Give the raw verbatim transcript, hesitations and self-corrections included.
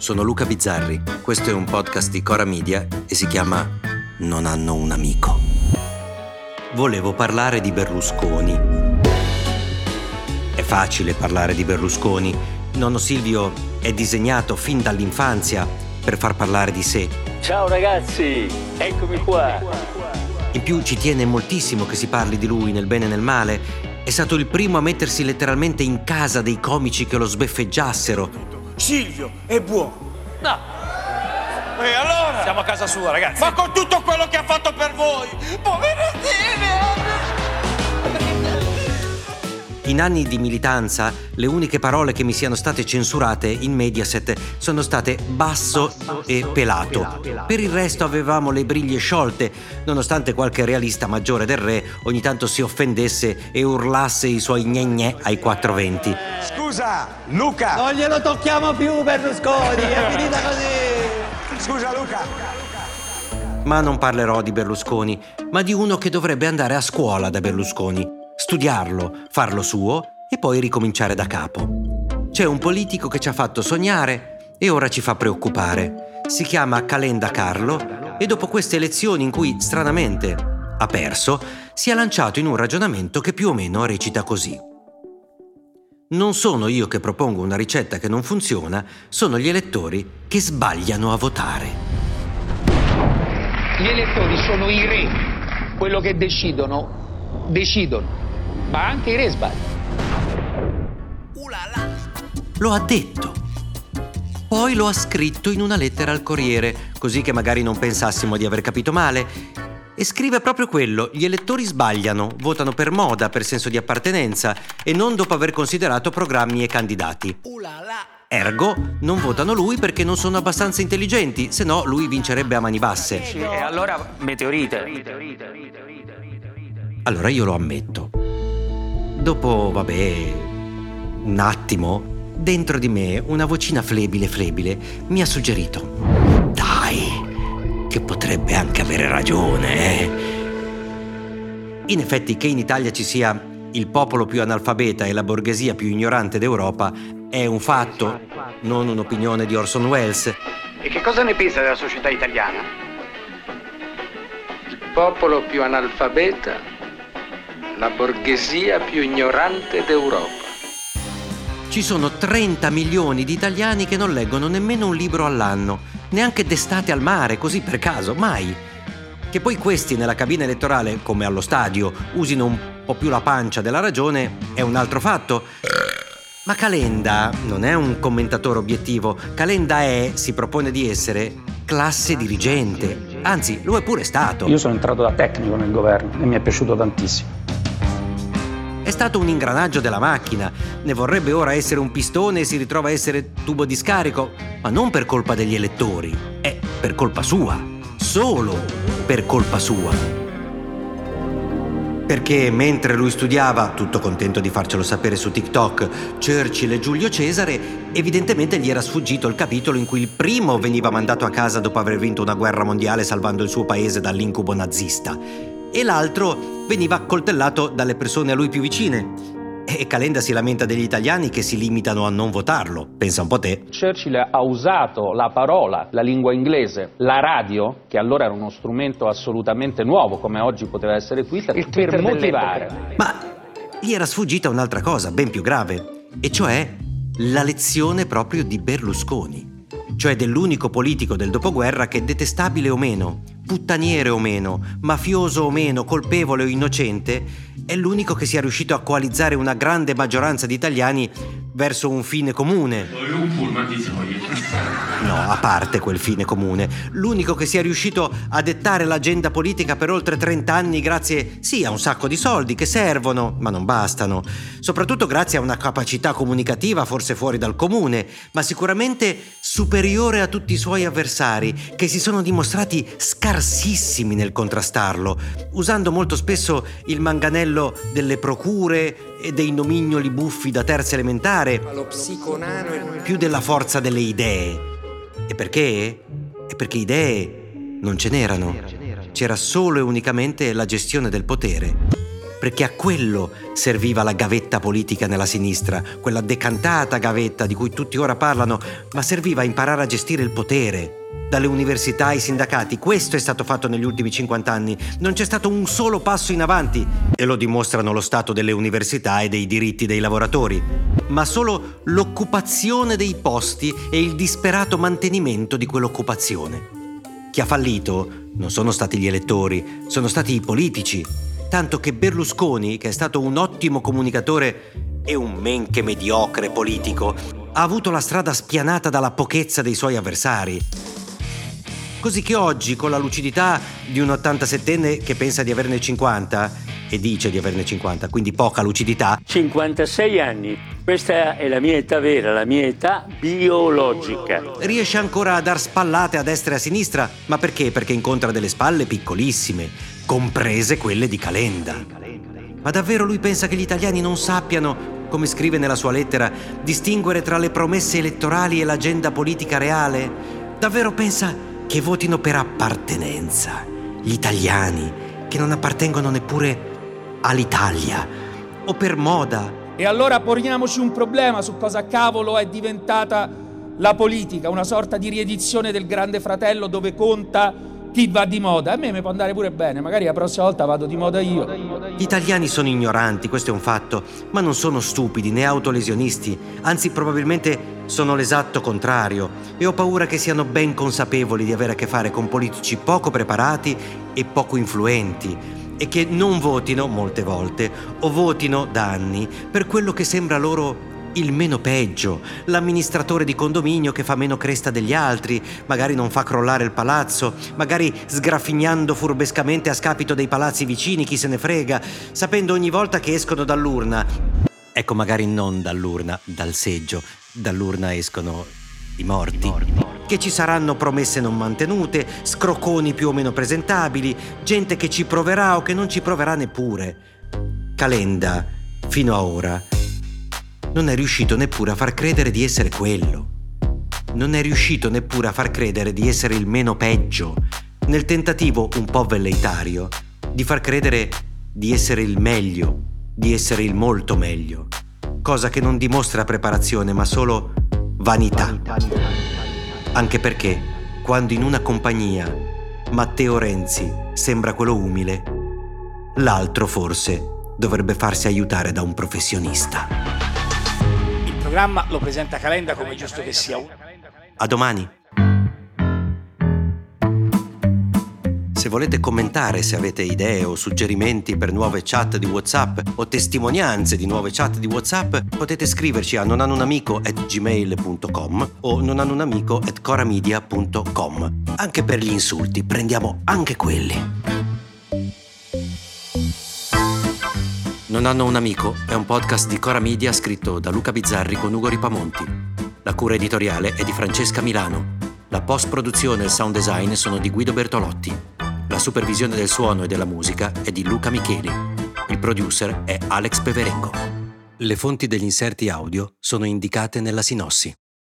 sono Luca Bizzarri, questo è un podcast di Cora Media e si chiama Non hanno un amico. Volevo parlare di Berlusconi. È facile parlare di Berlusconi. Nonno Silvio è disegnato fin dall'infanzia per far parlare di sé. Ciao ragazzi, eccomi qua. In più ci tiene moltissimo che si parli di lui nel bene e nel male. È stato il primo a mettersi letteralmente in casa dei comici che lo sbeffeggiassero. Silvio è buono. No. E allora? Siamo a casa sua, ragazzi. Ma con tutto quello che ha fatto per voi, poverettini! In anni di militanza, le uniche parole che mi siano state censurate in Mediaset sono state basso e pelato. Per il resto avevamo le briglie sciolte, nonostante qualche realista maggiore del re ogni tanto si offendesse e urlasse i suoi gne-gne ai quattro venti. Scusa, Luca! Non glielo tocchiamo più Berlusconi, è finita così! Scusa, Luca! Ma non parlerò di Berlusconi, ma di uno che dovrebbe andare a scuola da Berlusconi, studiarlo, farlo suo e poi ricominciare da capo. C'è un politico che ci ha fatto sognare e ora ci fa preoccupare. Si chiama Calenda Carlo e dopo queste elezioni in cui, stranamente, ha perso, si è lanciato in un ragionamento che più o meno recita così. Non sono io che propongo una ricetta che non funziona, sono gli elettori che sbagliano a votare. Gli elettori sono i re, quello che decidono, decidono, ma anche i re sbagliano. Lo ha detto. Poi lo ha scritto in una lettera al Corriere, così che magari non pensassimo di aver capito male. E scrive proprio quello: gli elettori sbagliano, votano per moda, per senso di appartenenza e non dopo aver considerato programmi e candidati. Ergo, non votano lui perché non sono abbastanza intelligenti, se no lui vincerebbe a mani basse. E allora meteorite. Allora io lo ammetto. Dopo, vabbè, un attimo, dentro di me una vocina flebile flebile mi ha suggerito: dai, che potrebbe anche avere ragione, eh? In effetti, che in Italia ci sia il popolo più analfabeta e la borghesia più ignorante d'Europa è un fatto, non un'opinione di Orson Welles. E che cosa ne pensa della società italiana? Il popolo più analfabeta, la borghesia più ignorante d'Europa. Ci sono trenta milioni di italiani che non leggono nemmeno un libro all'anno, neanche d'estate al mare, così per caso, mai. Che poi questi nella cabina elettorale, come allo stadio, usino un po' più la pancia della ragione è un altro fatto. Ma Calenda non è un commentatore obiettivo. Calenda è, si propone di essere, classe dirigente. Anzi, lo è pure stato. Io sono entrato da tecnico nel governo e mi è piaciuto tantissimo. È stato un ingranaggio della macchina. Ne vorrebbe ora essere un pistone e si ritrova a essere tubo di scarico. Ma non per colpa degli elettori. È per colpa sua. Solo per colpa sua. Perché mentre lui studiava, tutto contento di farcelo sapere su TikTok, Churchill e Giulio Cesare, evidentemente gli era sfuggito il capitolo in cui il primo veniva mandato a casa dopo aver vinto una guerra mondiale salvando il suo paese dall'incubo nazista e l'altro veniva accoltellato dalle persone a lui più vicine. E Calenda si lamenta degli italiani che si limitano a non votarlo. Pensa un po' te. Churchill ha usato la parola, la lingua inglese, la radio, che allora era uno strumento assolutamente nuovo, come oggi poteva essere Twitter, Il Twitter per motivare. Ma gli era sfuggita un'altra cosa, ben più grave, e cioè la lezione proprio di Berlusconi, cioè dell'unico politico del dopoguerra che, detestabile o meno, puttaniere o meno, mafioso o meno, colpevole o innocente, è l'unico che sia riuscito a coalizzare una grande maggioranza di italiani verso un fine comune. No, a parte quel fine comune, l'unico che sia riuscito a dettare l'agenda politica per oltre trenta anni grazie, sì, a un sacco di soldi che servono, ma non bastano, soprattutto grazie a una capacità comunicativa forse fuori dal comune, ma sicuramente superiore a tutti i suoi avversari, che si sono dimostrati scarsissimi nel contrastarlo, usando molto spesso il manganello delle procure e dei nomignoli buffi da terza elementare, più della forza delle idee. E perché? E perché idee non ce n'erano. C'era solo e unicamente la gestione del potere. perché a quello serviva la gavetta politica nella sinistra, quella decantata gavetta di cui tutti ora parlano, ma serviva a imparare a gestire il potere. Dalle università ai sindacati, questo è stato fatto negli ultimi cinquanta anni. Non c'è stato un solo passo in avanti, e lo dimostrano lo stato delle università e dei diritti dei lavoratori, ma solo l'occupazione dei posti e il disperato mantenimento di quell'occupazione. Chi ha fallito non sono stati gli elettori, sono stati i politici. Tanto che Berlusconi, che è stato un ottimo comunicatore e un men che mediocre politico, ha avuto la strada spianata dalla pochezza dei suoi avversari. Così che oggi, con la lucidità di un ottantasettenne che pensa di averne cinquanta, e dice di averne cinquanta, quindi poca lucidità, cinquantasei anni, questa è la mia età vera, la mia età biologica. riesce ancora a dar spallate a destra e a sinistra. Ma perché? Perché incontra delle spalle piccolissime, comprese quelle di Calenda. Ma davvero lui pensa che gli italiani non sappiano, come scrive nella sua lettera, distinguere tra le promesse elettorali e l'agenda politica reale? Davvero pensa che votino per appartenenza gli italiani, che non appartengono neppure all'Italia, o per moda? E allora poniamoci un problema su cosa cavolo è diventata la politica, una sorta di riedizione del Grande Fratello dove conta chi va di moda. A me mi può andare pure bene, magari la prossima volta vado di moda io. Gli italiani sono ignoranti, questo è un fatto, ma non sono stupidi né autolesionisti, anzi probabilmente sono l'esatto contrario, e ho paura che siano ben consapevoli di avere a che fare con politici poco preparati e poco influenti, e che non votino molte volte, o votino da anni, per quello che sembra loro il meno peggio, l'amministratore di condominio che fa meno cresta degli altri, magari non fa crollare il palazzo, magari sgraffignando furbescamente a scapito dei palazzi vicini, chi se ne frega, sapendo ogni volta che escono dall'urna, ecco, magari non dall'urna, dal seggio, dall'urna escono i morti, che ci saranno promesse non mantenute, scrocconi più o meno presentabili, gente che ci proverà o che non ci proverà neppure. Calenda, fino a ora, non è riuscito neppure a far credere di essere quello. Non è riuscito neppure a far credere di essere il meno peggio, nel tentativo un po' velleitario di far credere di essere il meglio, di essere il molto meglio, cosa che non dimostra preparazione ma solo vanità. Anche perché, quando in una compagnia Matteo Renzi sembra quello umile, l'altro forse dovrebbe farsi aiutare da un professionista. Il programma lo presenta Calenda come giusto che sia. A domani. Se volete commentare, se avete idee o suggerimenti per nuove chat di WhatsApp o testimonianze di nuove chat di WhatsApp, potete scriverci a nonhanunamico at gmail punto com o nonhanunamico at coramedia punto com. Anche per gli insulti, prendiamo anche quelli. Non hanno un amico è un podcast di Cora Media scritto da Luca Bizzarri con Ugo Ripamonti. La cura editoriale è di Francesca Milano. La post-produzione e il sound design sono di Guido Bertolotti. La supervisione del suono e della musica è di Luca Micheli. Il producer è Alex Peverengo. Le fonti degli inserti audio sono indicate nella sinossi.